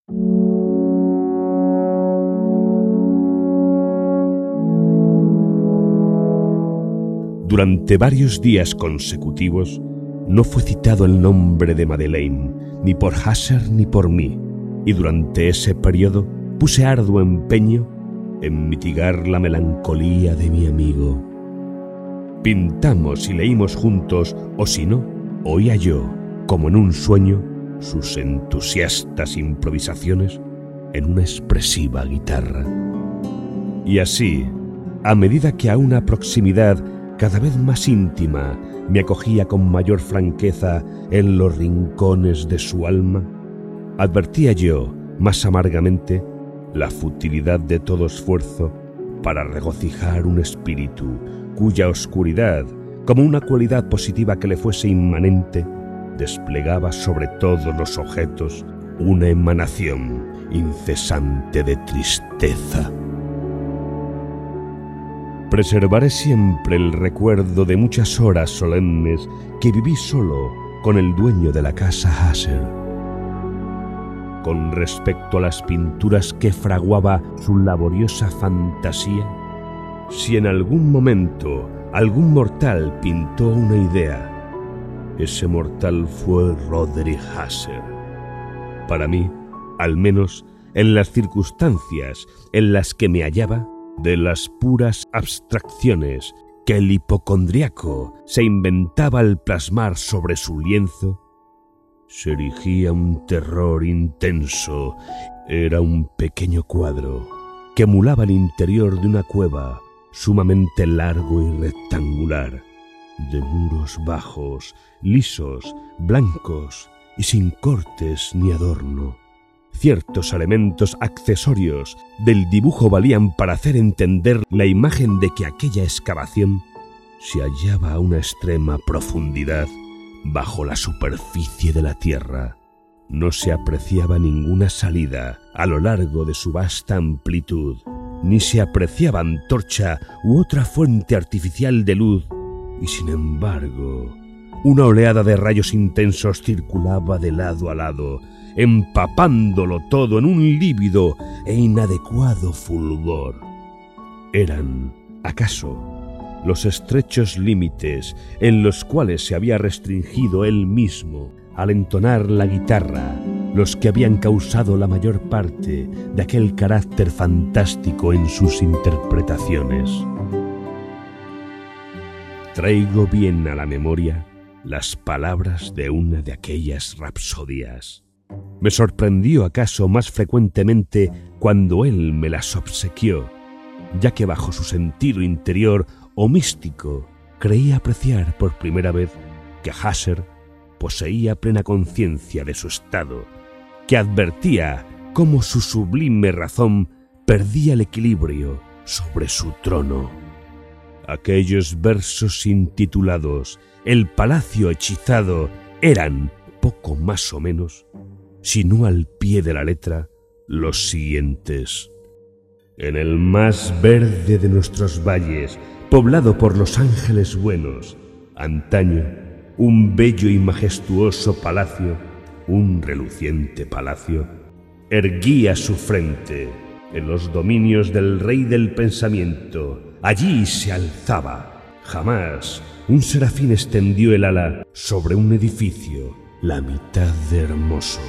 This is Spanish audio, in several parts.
Durante varios días consecutivos no fue citado el nombre de Madeleine, ni por Husser ni por mí, y durante ese periodo puse arduo empeño en mitigar la melancolía de mi amigo. Pintamos y leímos juntos, o si no, oía yo, como en un sueño, sus entusiastas improvisaciones en una expresiva guitarra. Y así, a medida que a una proximidad cada vez más íntima me acogía con mayor franqueza en los rincones de su alma, advertía yo, más amargamente, la futilidad de todo esfuerzo para regocijar un espíritu cuya oscuridad, como una cualidad positiva que le fuese inmanente, desplegaba sobre todos los objetos una emanación incesante de tristeza. Preservaré siempre el recuerdo de muchas horas solemnes que viví solo con el dueño de la casa Husser. Con respecto a las pinturas que fraguaba su laboriosa fantasía, si en algún momento algún mortal pintó una idea, ese mortal fue Roderick Husser. Para mí, al menos en las circunstancias en las que me hallaba, de las puras abstracciones que el hipocondriaco se inventaba al plasmar sobre su lienzo, se erigía un terror intenso. Era un pequeño cuadro que emulaba el interior de una cueva sumamente largo y rectangular, de muros bajos, lisos, blancos y sin cortes ni adorno. Ciertos elementos accesorios del dibujo valían para hacer entender la imagen de que aquella excavación se hallaba a una extrema profundidad bajo la superficie de la tierra. No se apreciaba ninguna salida a lo largo de su vasta amplitud, ni se apreciaba antorcha u otra fuente artificial de luz, y sin embargo, una oleada de rayos intensos circulaba de lado a lado, empapándolo todo en un lívido e inadecuado fulgor. Eran, acaso, los estrechos límites en los cuales se había restringido él mismo al entonar la guitarra los que habían causado la mayor parte de aquel carácter fantástico en sus interpretaciones. Traigo bien a la memoria las palabras de una de aquellas rapsodias. Me sorprendió acaso más frecuentemente cuando él me las obsequió, ya que bajo su sentido interior o místico creí apreciar por primera vez que Husser poseía plena conciencia de su estado, que advertía cómo su sublime razón perdía el equilibrio sobre su trono. Aquellos versos intitulados El Palacio Hechizado eran, poco más o menos, sino al pie de la letra, los siguientes: en el más verde de nuestros valles, poblado por los ángeles buenos, antaño, un bello y majestuoso palacio, un reluciente palacio, erguía su frente en los dominios del rey del pensamiento. Allí se alzaba. Jamás un serafín extendió el ala sobre un edificio la mitad de hermoso.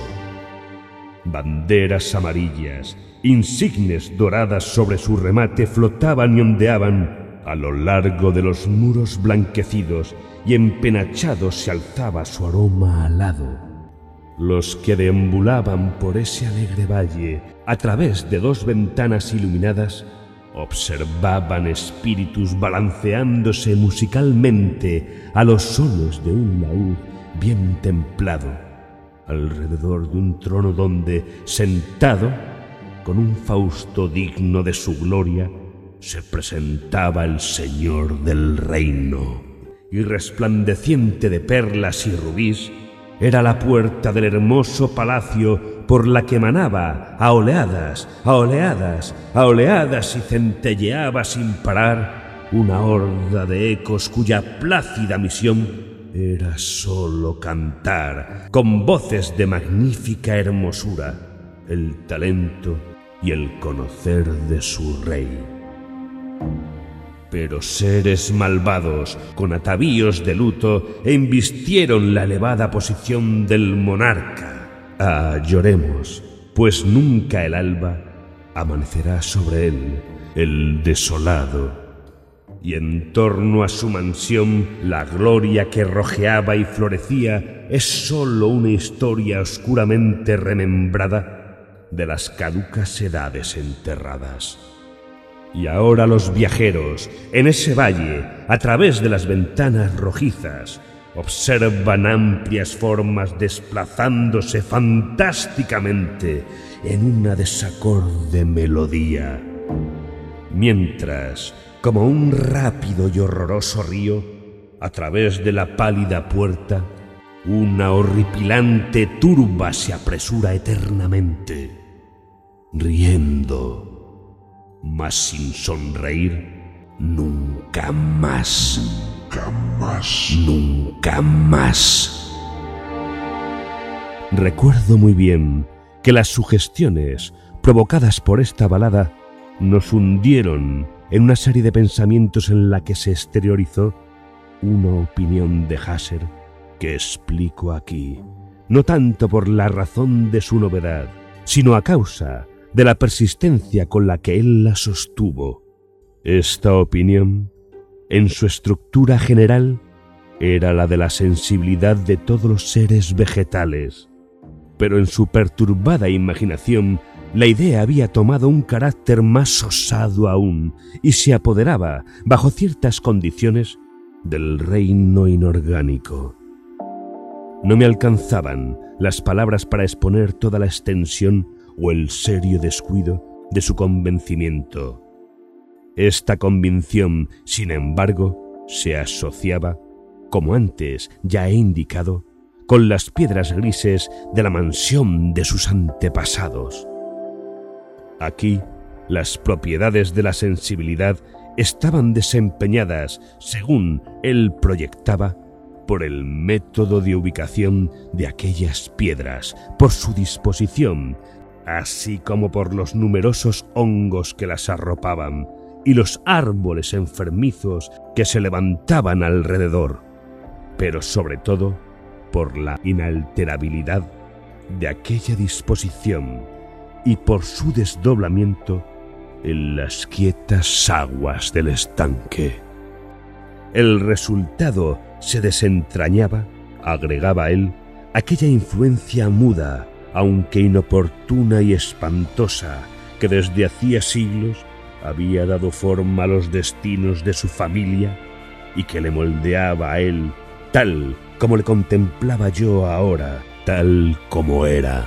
Banderas amarillas, insignes doradas sobre su remate flotaban y ondeaban a lo largo de los muros blanquecidos, y empenachados se alzaba su aroma alado. Los que deambulaban por ese alegre valle a través de dos ventanas iluminadas observaban espíritus balanceándose musicalmente a los sonos de un laúd bien templado, alrededor de un trono donde, sentado, con un Fausto digno de su gloria, se presentaba el Señor del reino, y resplandeciente de perlas y rubíes, era la puerta del hermoso palacio por la que emanaba a oleadas, a oleadas, a oleadas y centelleaba sin parar una horda de ecos cuya plácida misión era sólo cantar con voces de magnífica hermosura el talento y el conocer de su rey. Pero seres malvados, con atavíos de luto, embistieron la elevada posición del monarca. Ah, lloremos, pues nunca el alba amanecerá sobre él, el desolado. Y en torno a su mansión, la gloria que rojeaba y florecía es sólo una historia oscuramente remembrada de las caducas edades enterradas. Y ahora los viajeros, en ese valle, a través de las ventanas rojizas, observan amplias formas desplazándose fantásticamente en una desacorde melodía. Mientras, como un rápido y horroroso río, a través de la pálida puerta, una horripilante turba se apresura eternamente, riendo, mas sin sonreír nunca más. Nunca más. Nunca más. Recuerdo muy bien que las sugestiones provocadas por esta balada nos hundieron en una serie de pensamientos en la que se exteriorizó una opinión de Husserl que explico aquí, no tanto por la razón de su novedad, sino a causa de la persistencia con la que él la sostuvo. Esta opinión, en su estructura general, era la de la sensibilidad de todos los seres vegetales, pero en su perturbada imaginación la idea había tomado un carácter más osado aún y se apoderaba, bajo ciertas condiciones, del reino inorgánico. No me alcanzaban las palabras para exponer toda la extensión o el serio descuido de su convencimiento. Esta convicción, sin embargo, se asociaba, como antes ya he indicado, con las piedras grises de la mansión de sus antepasados. Aquí, las propiedades de la sensibilidad estaban desempeñadas, según él proyectaba, por el método de ubicación de aquellas piedras, por su disposición, así como por los numerosos hongos que las arropaban y los árboles enfermizos que se levantaban alrededor, pero sobre todo por la inalterabilidad de aquella disposición y por su desdoblamiento en las quietas aguas del estanque. El resultado se desentrañaba, agregaba él, aquella influencia muda, aunque inoportuna y espantosa, que desde hacía siglos había dado forma a los destinos de su familia y que le moldeaba a él tal como le contemplaba yo ahora, tal como era.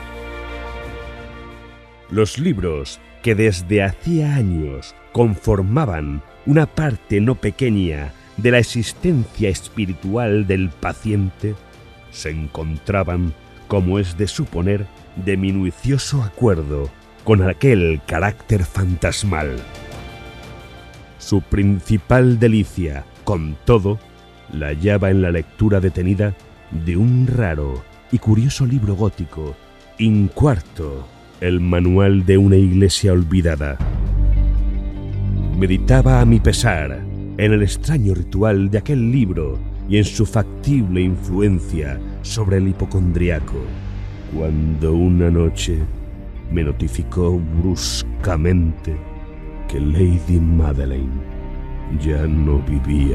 Los libros que desde hacía años conformaban una parte no pequeña de la existencia espiritual del paciente se encontraban, como es de suponer, de minucioso acuerdo con aquel carácter fantasmal. Su principal delicia, con todo, la hallaba en la lectura detenida de un raro y curioso libro gótico, in quarto, el manual de una iglesia olvidada. Meditaba a mi pesar en el extraño ritual de aquel libro y en su factible influencia sobre el hipocondriaco, cuando una noche me notificó bruscamente que Lady Madeleine ya no vivía.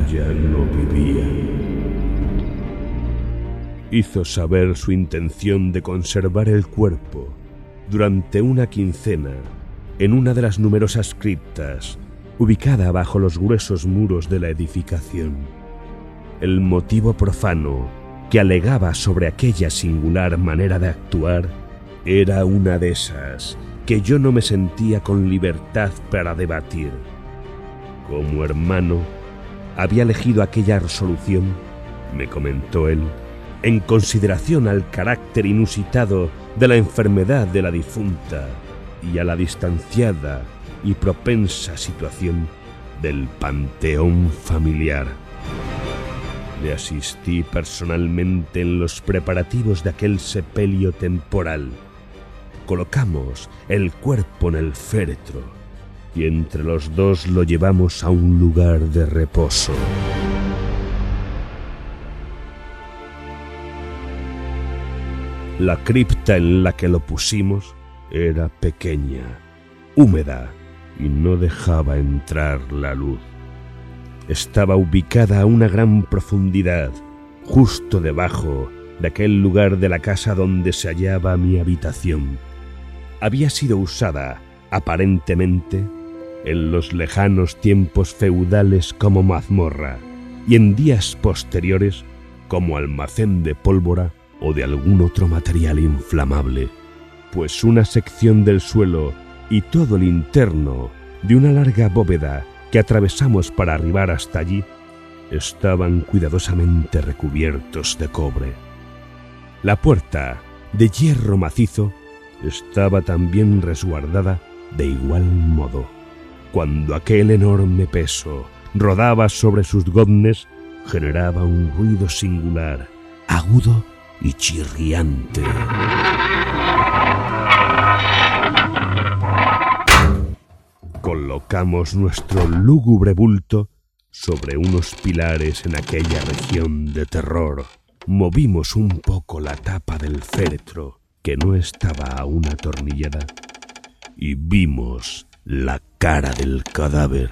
Hizo saber su intención de conservar el cuerpo durante una quincena en una de las numerosas criptas ubicada bajo los gruesos muros de la edificación. El motivo profano que alegaba sobre aquella singular manera de actuar era una de esas que yo no me sentía con libertad para debatir. Como hermano, había elegido aquella resolución, me comentó él, en consideración al carácter inusitado de la enfermedad de la difunta y a la distanciada y propensa situación del panteón familiar. Le asistí personalmente en los preparativos de aquel sepelio temporal colocamos el cuerpo en el féretro y entre los dos lo llevamos a un lugar de reposo. La cripta en la que lo pusimos era pequeña, húmeda y no dejaba entrar la luz. Estaba ubicada a una gran profundidad, justo debajo de aquel lugar de la casa donde se hallaba mi habitación. Había sido usada, aparentemente, en los lejanos tiempos feudales como mazmorra y en días posteriores como almacén de pólvora o de algún otro material inflamable, pues una sección del suelo y todo el interno de una larga bóveda que atravesamos para arribar hasta allí estaban cuidadosamente recubiertos de cobre. La puerta, de hierro macizo, estaba también resguardada de igual modo. Cuando aquel enorme peso rodaba sobre sus goznes, generaba un ruido singular, agudo y chirriante. Colocamos nuestro lúgubre bulto sobre unos pilares en aquella región de terror. Movimos un poco la tapa del féretro, que no estaba aún atornillada, y vimos la cara del cadáver.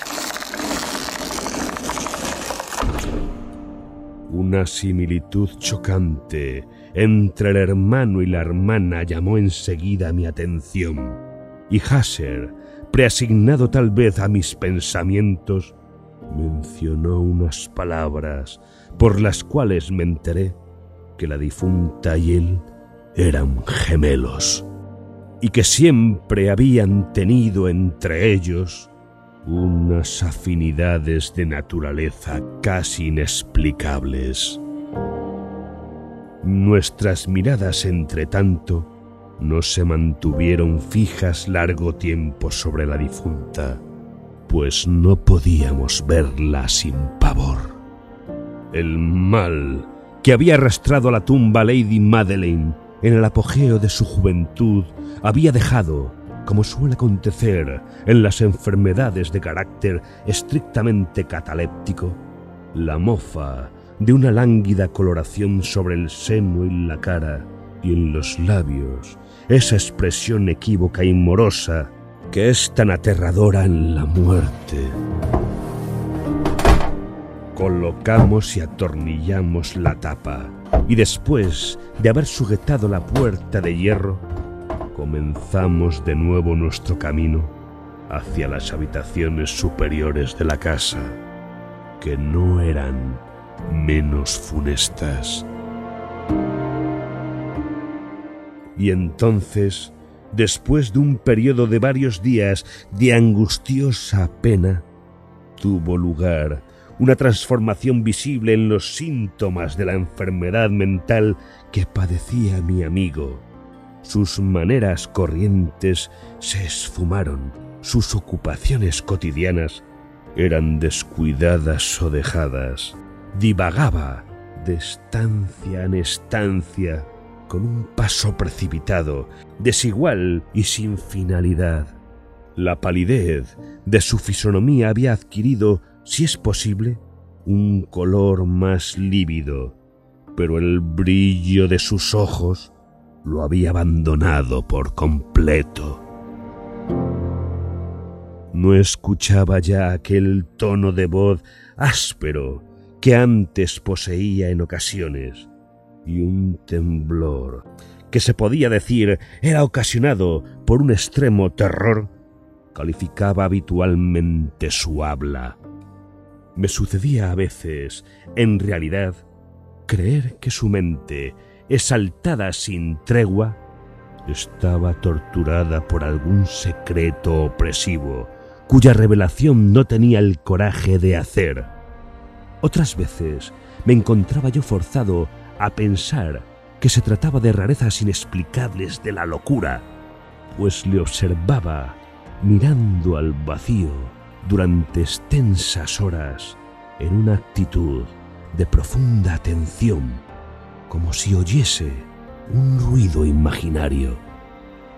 Una similitud chocante entre el hermano y la hermana llamó enseguida mi atención, y Hasser, preasignado tal vez a mis pensamientos, mencionó unas palabras por las cuales me enteré que la difunta y él eran gemelos, y que siempre habían tenido entre ellos unas afinidades de naturaleza casi inexplicables. Nuestras miradas, entretanto, no se mantuvieron fijas largo tiempo sobre la difunta, pues no podíamos verla sin pavor. El mal que había arrastrado a la tumba a Lady Madeleine en el apogeo de su juventud había dejado, como suele acontecer en las enfermedades de carácter estrictamente cataléptico, la mofa de una lánguida coloración sobre el seno y la cara, y en los labios esa expresión equívoca y morosa que es tan aterradora en la muerte. Colocamos y atornillamos la tapa, y después de haber sujetado la puerta de hierro, comenzamos de nuevo nuestro camino hacia las habitaciones superiores de la casa, que no eran menos funestas. Y entonces, después de un periodo de varios días de angustiosa pena, tuvo lugar una transformación visible en los síntomas de la enfermedad mental que padecía mi amigo. Sus maneras corrientes se esfumaron, sus ocupaciones cotidianas eran descuidadas o dejadas. Divagaba de estancia en estancia con un paso precipitado, desigual y sin finalidad. La palidez de su fisonomía había adquirido, si es posible, un color más lívido, pero el brillo de sus ojos lo había abandonado por completo. No escuchaba ya aquel tono de voz áspero que antes poseía en ocasiones, y un temblor que se podía decir era ocasionado por un extremo terror calificaba habitualmente su habla. Me sucedía a veces, en realidad, creer que su mente, exaltada sin tregua, estaba torturada por algún secreto opresivo, cuya revelación no tenía el coraje de hacer. Otras veces me encontraba yo forzado a pensar que se trataba de rarezas inexplicables de la locura, pues le observaba mirando al vacío durante extensas horas en una actitud de profunda atención, como si oyese un ruido imaginario.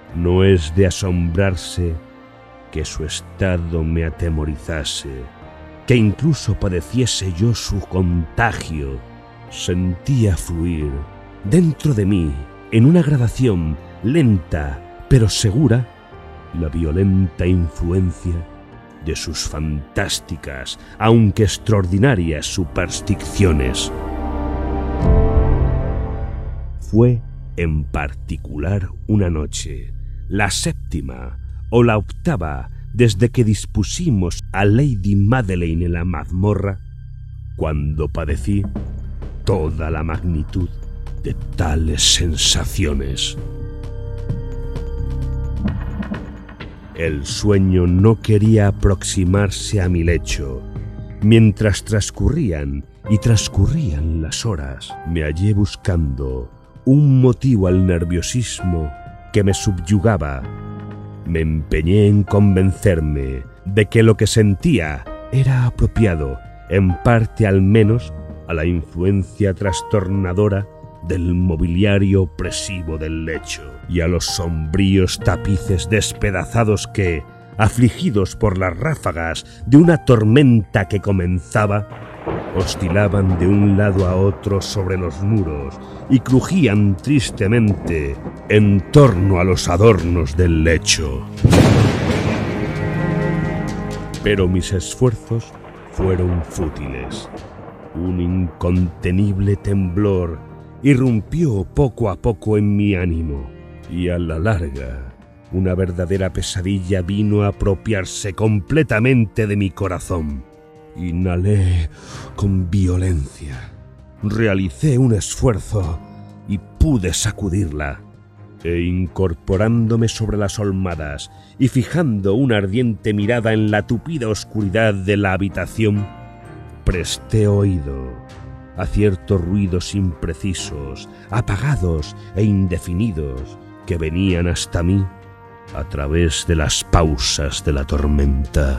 No es de asombrarse que su estado me atemorizase, que incluso padeciese yo su contagio. Sentía fluir dentro de mí, en una gradación lenta pero segura, la violenta influencia de sus fantásticas, aunque extraordinarias supersticiones. Fue en particular una noche, la 7ª o la 8ª desde que dispusimos a Lady Madeline en la mazmorra, cuando padecí toda la magnitud de tales sensaciones. El sueño no quería aproximarse a mi lecho. Mientras transcurrían las horas, me hallé buscando un motivo al nerviosismo que me subyugaba. Me empeñé en convencerme de que lo que sentía era apropiado, en parte al menos, a la influencia trastornadora del mobiliario opresivo del lecho y a los sombríos tapices despedazados que, afligidos por las ráfagas de una tormenta que comenzaba, oscilaban de un lado a otro sobre los muros y crujían tristemente en torno a los adornos del lecho. Pero mis esfuerzos fueron fútiles. Un incontenible temblor irrumpió poco a poco en mi ánimo, y a la larga, una verdadera pesadilla vino a apropiarse completamente de mi corazón. Inhalé con violencia, realicé un esfuerzo y pude sacudirla, e incorporándome sobre las olmadas y fijando una ardiente mirada en la tupida oscuridad de la habitación, presté oído a ciertos ruidos imprecisos, apagados e indefinidos que venían hasta mí a través de las pausas de la tormenta.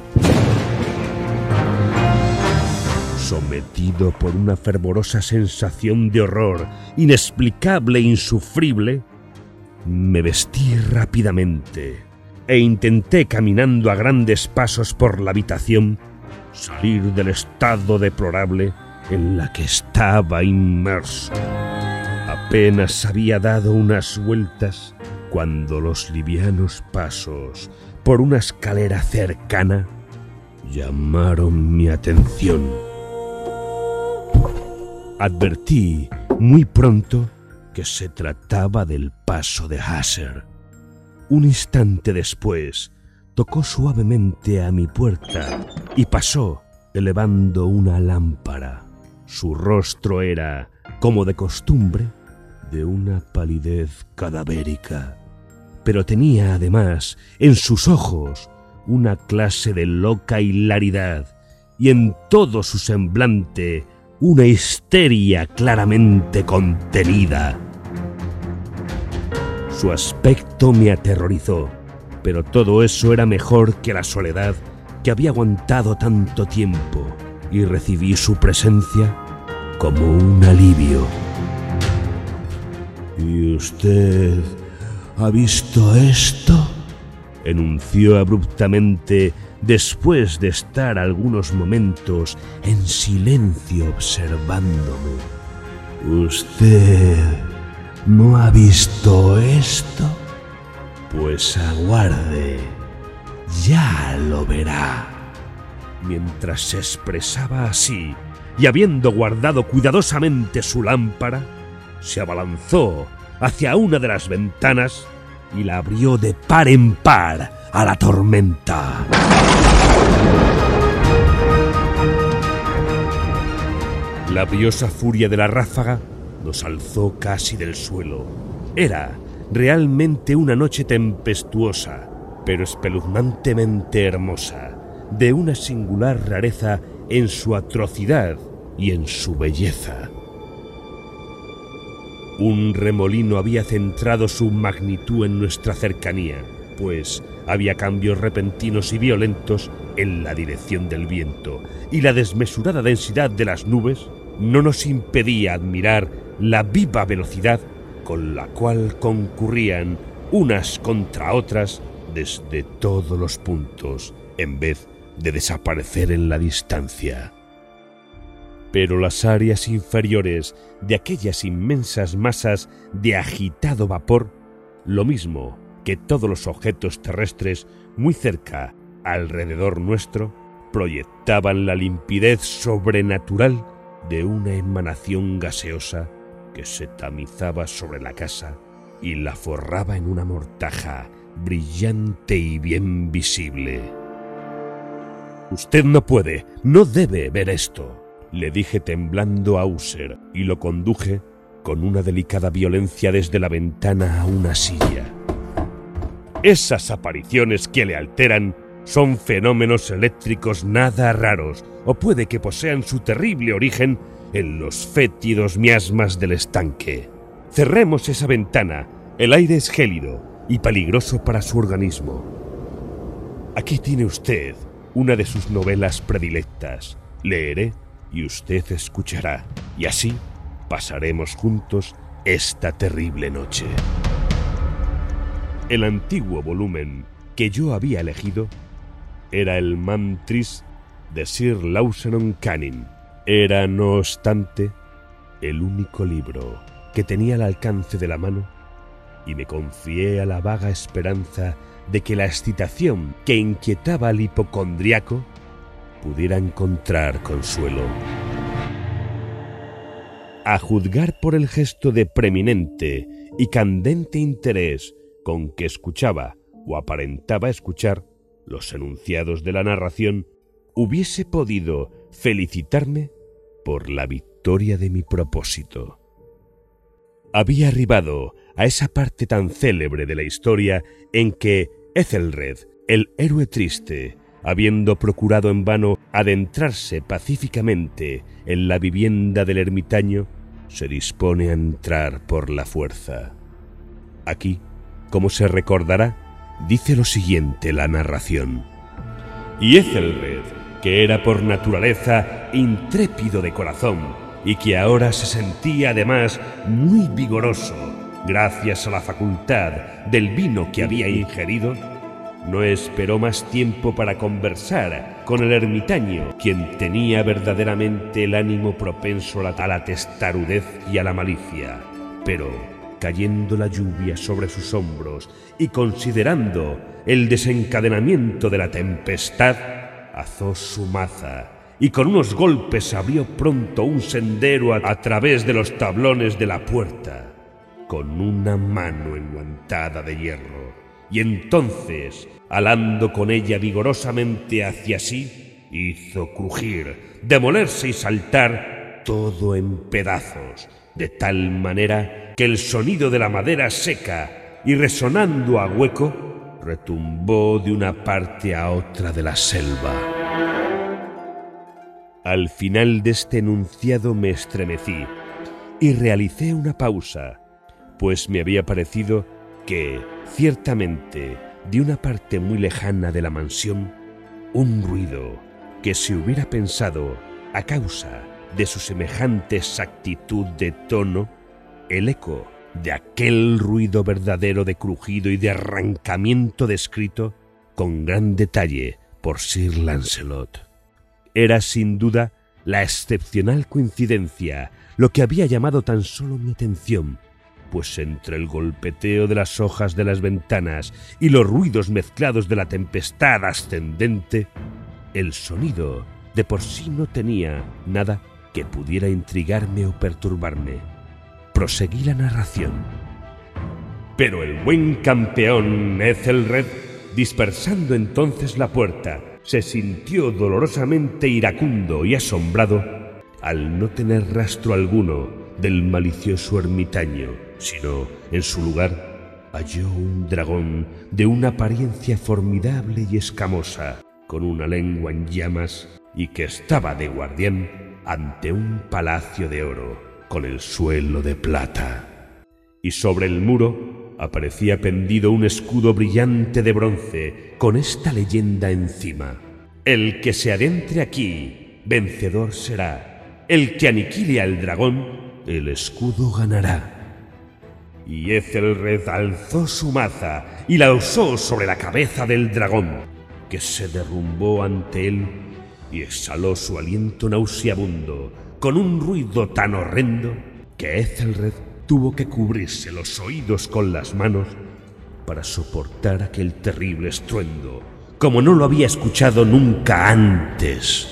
Sometido por una fervorosa sensación de horror inexplicable e insufrible, me vestí rápidamente e intenté, caminando a grandes pasos por la habitación, salir del estado deplorable en la que estaba inmerso. Apenas había dado unas vueltas cuando los livianos pasos por una escalera cercana llamaron mi atención. Advertí muy pronto que se trataba del paso de Haser. Un instante después tocó suavemente a mi puerta y pasó elevando una lámpara. Su rostro era, como de costumbre, de una palidez cadavérica, pero tenía además en sus ojos una clase de loca hilaridad y en todo su semblante una histeria claramente contenida. Su aspecto me aterrorizó, pero todo eso era mejor que la soledad que había aguantado tanto tiempo, y recibí su presencia como un alivio. ¿Y usted ha visto esto?, enunció abruptamente después de estar algunos momentos en silencio observándome. ¿Usted no ha visto esto? Pues aguarde, ya lo verá. Mientras se expresaba así, y habiendo guardado cuidadosamente su lámpara, se abalanzó hacia una de las ventanas y la abrió de par en par a la tormenta. La briosa furia de la ráfaga nos alzó casi del suelo. Era realmente una noche tempestuosa, pero espeluznantemente hermosa, de una singular rareza en su atrocidad y en su belleza. Un remolino había centrado su magnitud en nuestra cercanía, pues había cambios repentinos y violentos en la dirección del viento, y la desmesurada densidad de las nubes no nos impedía admirar la viva velocidad con la cual concurrían unas contra otras desde todos los puntos, en vez de desaparecer en la distancia. Pero las áreas inferiores de aquellas inmensas masas de agitado vapor, lo mismo que todos los objetos terrestres muy cerca, alrededor nuestro, proyectaban la limpidez sobrenatural de una emanación gaseosa que se tamizaba sobre la casa y la forraba en una mortaja brillante y bien visible. «Usted no puede, no debe ver esto», le dije temblando a User, y lo conduje con una delicada violencia desde la ventana a una silla. «Esas apariciones que le alteran son fenómenos eléctricos nada raros, o puede que posean su terrible origen en los fétidos miasmas del estanque. Cerremos esa ventana, el aire es gélido y peligroso para su organismo. Aquí tiene usted una de sus novelas predilectas. Leeré y usted escuchará, y así pasaremos juntos esta terrible noche». El antiguo volumen que yo había elegido era el Mantris de Sir Lausenon Canning. Era, no obstante, el único libro que tenía al alcance de la mano, y me confié a la vaga esperanza de que la excitación que inquietaba al hipocondriaco pudiera encontrar consuelo. A juzgar por el gesto de preeminente y candente interés con que escuchaba o aparentaba escuchar los enunciados de la narración, hubiese podido felicitarme por la victoria de mi propósito. Había arribado a esa parte tan célebre de la historia en que Ethelred, el héroe triste, habiendo procurado en vano adentrarse pacíficamente en la vivienda del ermitaño, se dispone a entrar por la fuerza. Aquí, como se recordará, dice lo siguiente la narración: «Y Ethelred, que era por naturaleza intrépido de corazón y que ahora se sentía además muy vigoroso gracias a la facultad del vino que había ingerido, no esperó más tiempo para conversar con el ermitaño, quien tenía verdaderamente el ánimo propenso a la testarudez y a la malicia, pero cayendo la lluvia sobre sus hombros y considerando el desencadenamiento de la tempestad, azó su maza y con unos golpes abrió pronto un sendero a través de los tablones de la puerta, con una mano enguantada de hierro, y entonces, alando con ella vigorosamente hacia sí, hizo crujir, demolerse y saltar todo en pedazos, de tal manera que el sonido de la madera seca y resonando a hueco retumbó de una parte a otra de la selva. Al final de este enunciado me estremecí y realicé una pausa, pues me había parecido que, ciertamente, de una parte muy lejana de la mansión, un ruido que se hubiera pensado, a causa de su semejante exactitud de tono, el eco de aquel ruido verdadero de crujido y de arrancamiento descrito con gran detalle por Sir Lancelot. Era sin duda la excepcional coincidencia lo que había llamado tan solo mi atención, pues entre el golpeteo de las hojas de las ventanas y los ruidos mezclados de la tempestad ascendente, el sonido de por sí no tenía nada que pudiera intrigarme o perturbarme. Proseguí la narración. Pero el buen campeón Ethelred, dispersando entonces la puerta, se sintió dolorosamente iracundo y asombrado al no tener rastro alguno del malicioso ermitaño, sino en su lugar halló un dragón de una apariencia formidable y escamosa, con una lengua en llamas y que estaba de guardián ante un palacio de oro con el suelo de plata. Y sobre el muro aparecía pendido un escudo brillante de bronce con esta leyenda encima: «El que se adentre aquí, vencedor será. El que aniquile al dragón, el escudo ganará». y Ethelred alzó su maza y la usó sobre la cabeza del dragón, que se derrumbó ante él y exhaló su aliento nauseabundo con un ruido tan horrendo que Ethelred tuvo que cubrirse los oídos con las manos para soportar aquel terrible estruendo, como no lo había escuchado nunca antes.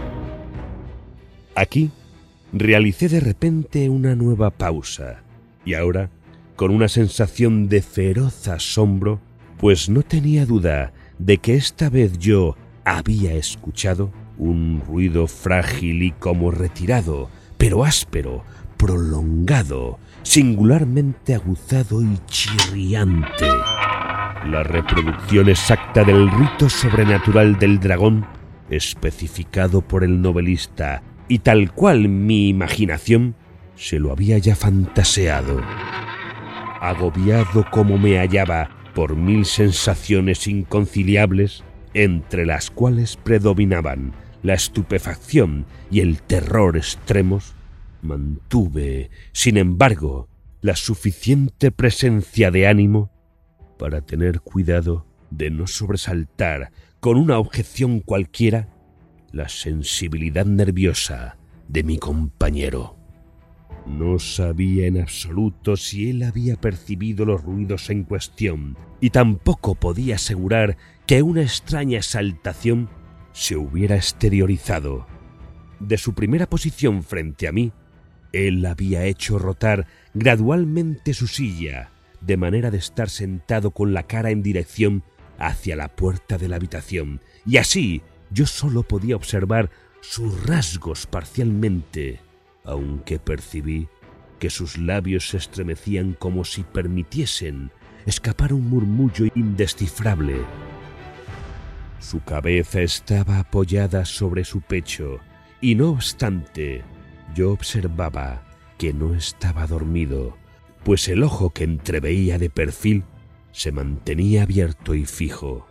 Aquí realicé de repente una nueva pausa, y ahora, con una sensación de feroz asombro, pues no tenía duda de que esta vez yo había escuchado un ruido frágil y como retirado, pero áspero, prolongado, singularmente aguzado y chirriante. La reproducción exacta del rito sobrenatural del dragón, especificado por el novelista, y tal cual mi imaginación se lo había ya fantaseado. Agobiado como me hallaba por 1000 sensaciones inconciliables, entre las cuales predominaban la estupefacción y el terror extremos, mantuve, sin embargo, la suficiente presencia de ánimo para tener cuidado de no sobresaltar con una objeción cualquiera la sensibilidad nerviosa de mi compañero. No sabía en absoluto si él había percibido los ruidos en cuestión, y tampoco podía asegurar que una extraña exaltación se hubiera exteriorizado. De su primera posición frente a mí, él había hecho rotar gradualmente su silla, de manera de estar sentado con la cara en dirección hacia la puerta de la habitación, y así yo solo podía observar sus rasgos parcialmente, aunque percibí que sus labios se estremecían como si permitiesen escapar un murmullo indescifrable. Su cabeza estaba apoyada sobre su pecho, y no obstante, yo observaba que no estaba dormido, pues el ojo que entreveía de perfil se mantenía abierto y fijo.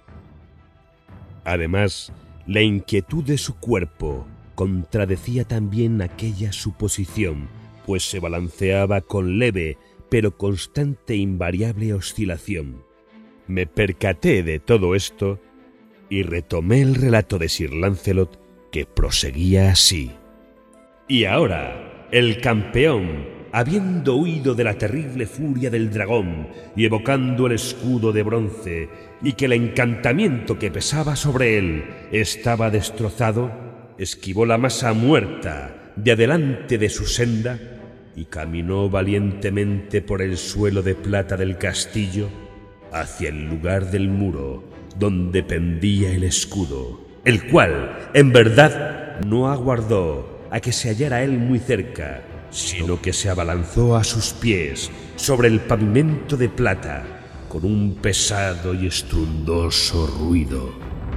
Además, la inquietud de su cuerpo contradecía también aquella suposición, pues se balanceaba con leve pero constante e invariable oscilación. Me percaté de todo esto y retomé el relato de Sir Lancelot, que proseguía así. Y ahora, el campeón, habiendo huido de la terrible furia del dragón y evocando el escudo de bronce, y que el encantamiento que pesaba sobre él estaba destrozado, esquivó la masa muerta de adelante de su senda y caminó valientemente por el suelo de plata del castillo hacia el lugar del muro donde pendía el escudo, el cual, en verdad, no aguardó a que se hallara él muy cerca, sino que se abalanzó a sus pies sobre el pavimento de plata con un pesado y estruendoso ruido.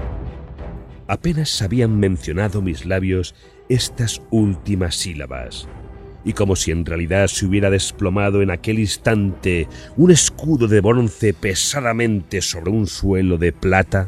Apenas habían mencionado mis labios estas últimas sílabas, y como si en realidad se hubiera desplomado en aquel instante un escudo de bronce pesadamente sobre un suelo de plata,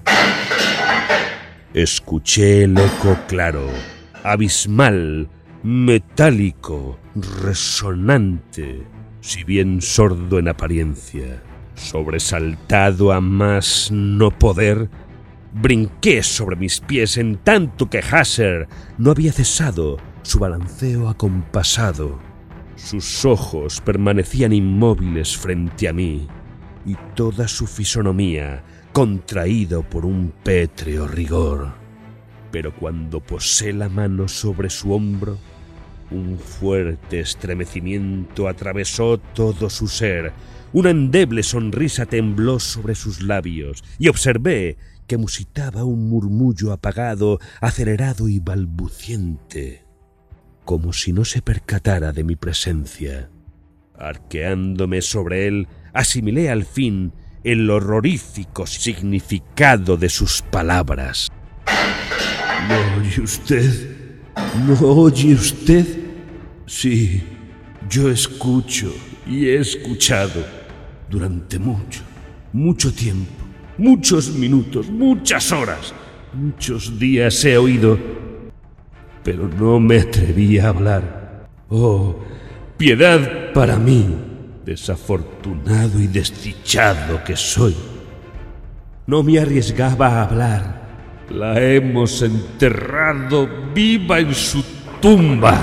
escuché el eco claro, abismal, metálico, resonante, si bien sordo en apariencia. Sobresaltado a más no poder, brinqué sobre mis pies en tanto que Hasser no había cesado su balanceo acompasado. Sus ojos permanecían inmóviles frente a mí, y toda su fisonomía contraído por un pétreo rigor. Pero cuando posé la mano sobre su hombro, un fuerte estremecimiento atravesó todo su ser, una endeble sonrisa tembló sobre sus labios, y observé que musitaba un murmullo apagado, acelerado y balbuciente, como si no se percatara de mi presencia. Arqueándome sobre él, asimilé al fin el horrorífico significado de sus palabras. ¿No oye usted? ¿No oye usted? Sí, yo escucho y he escuchado durante mucho tiempo, muchos minutos, muchas horas, muchos días he oído, pero no me atreví a hablar. Oh, piedad para mí, Desafortunado y desdichado que soy. No me arriesgaba a hablar. La hemos enterrado viva en su tumba.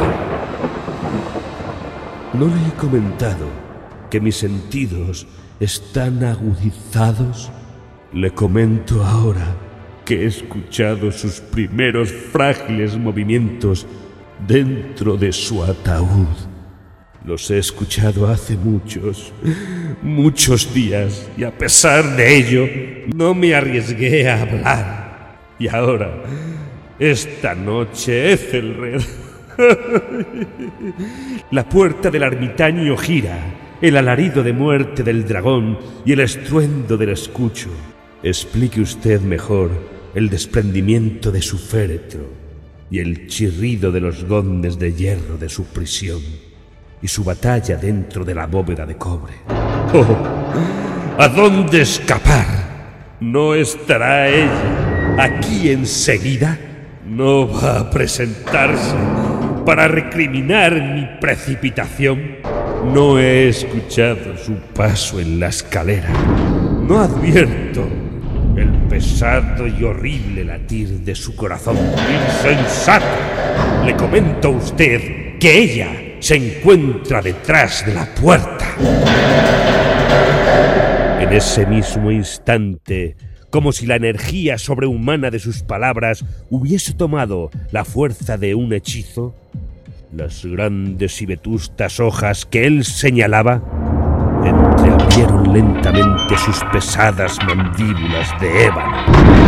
No le he comentado que mis sentidos están agudizados. Le comento ahora que he escuchado sus primeros frágiles movimientos dentro de su ataúd. Los he escuchado hace muchos días, y a pesar de ello, no me arriesgué a hablar. Y ahora, esta noche, Ethelred, la puerta del ermitaño gira, el alarido de muerte del dragón y el estruendo del escucho. Explique usted mejor el desprendimiento de su féretro y el chirrido de los gondes de hierro de su prisión y su batalla dentro de la bóveda de cobre. ¡Oh! ¿A dónde escapar? ¿No estará ella aquí enseguida? ¿No va a presentarse para recriminar mi precipitación? No he escuchado su paso en la escalera. No advierto el pesado y horrible latir de su corazón. ¡Insensato! Le comento a usted que ella se encuentra detrás de la puerta. En ese mismo instante, como si la energía sobrehumana de sus palabras hubiese tomado la fuerza de un hechizo, las grandes y vetustas hojas que él señalaba entreabrieron lentamente sus pesadas mandíbulas de ébano.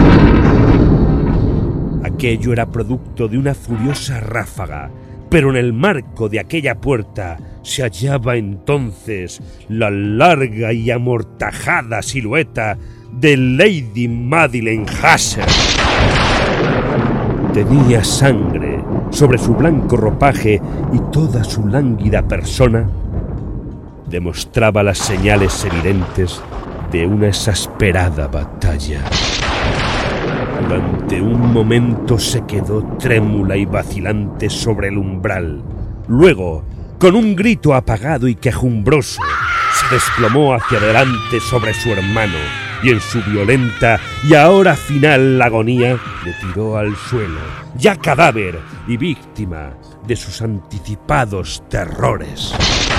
Aquello era producto de una furiosa ráfaga, pero en el marco de aquella puerta se hallaba entonces la larga y amortajada silueta de Lady Madeline Hasser. Tenía sangre sobre su blanco ropaje y toda su lánguida persona demostraba las señales evidentes de una exasperada batalla. Durante un momento se quedó trémula y vacilante sobre el umbral. Luego, con un grito apagado y quejumbroso, se desplomó hacia adelante sobre su hermano y en su violenta y ahora final agonía le tiró al suelo, ya cadáver y víctima de sus anticipados terrores.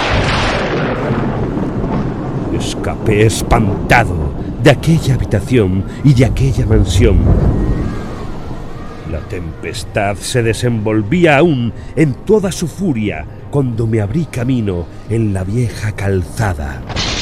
Escapé espantado de aquella habitación y de aquella mansión. La tempestad se desenvolvía aún en toda su furia cuando me abrí camino en la vieja calzada.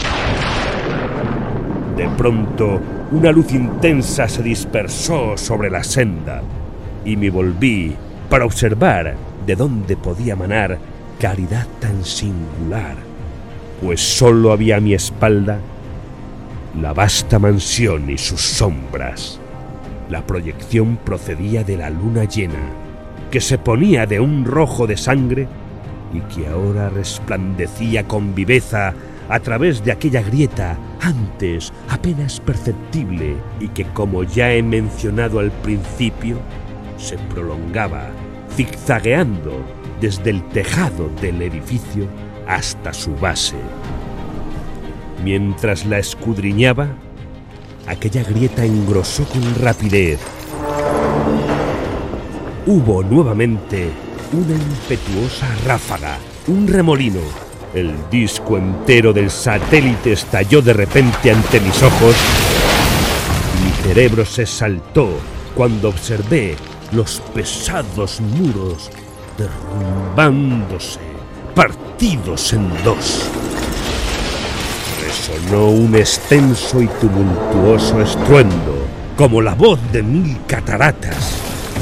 De pronto, una luz intensa se dispersó sobre la senda y me volví para observar de dónde podía manar claridad tan singular, pues solo había a mi espalda la vasta mansión y sus sombras. La proyección procedía de la luna llena, que se ponía de un rojo de sangre y que ahora resplandecía con viveza a través de aquella grieta antes apenas perceptible y que, como ya he mencionado al principio, se prolongaba zigzagueando desde el tejado del edificio hasta su base. Mientras la escudriñaba, aquella grieta engrosó con rapidez. Hubo nuevamente una impetuosa ráfaga, un remolino. El disco entero del satélite estalló de repente ante mis ojos y mi cerebro se saltó cuando observé los pesados muros derrumbándose, partidos en dos. Resonó un extenso y tumultuoso estruendo, como la voz de 1000 cataratas.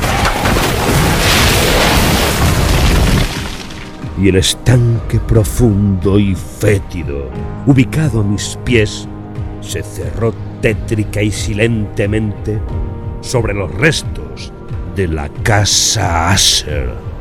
Y el estanque profundo y fétido, ubicado a mis pies, se cerró tétrica y silentemente sobre los restos de la casa Asher.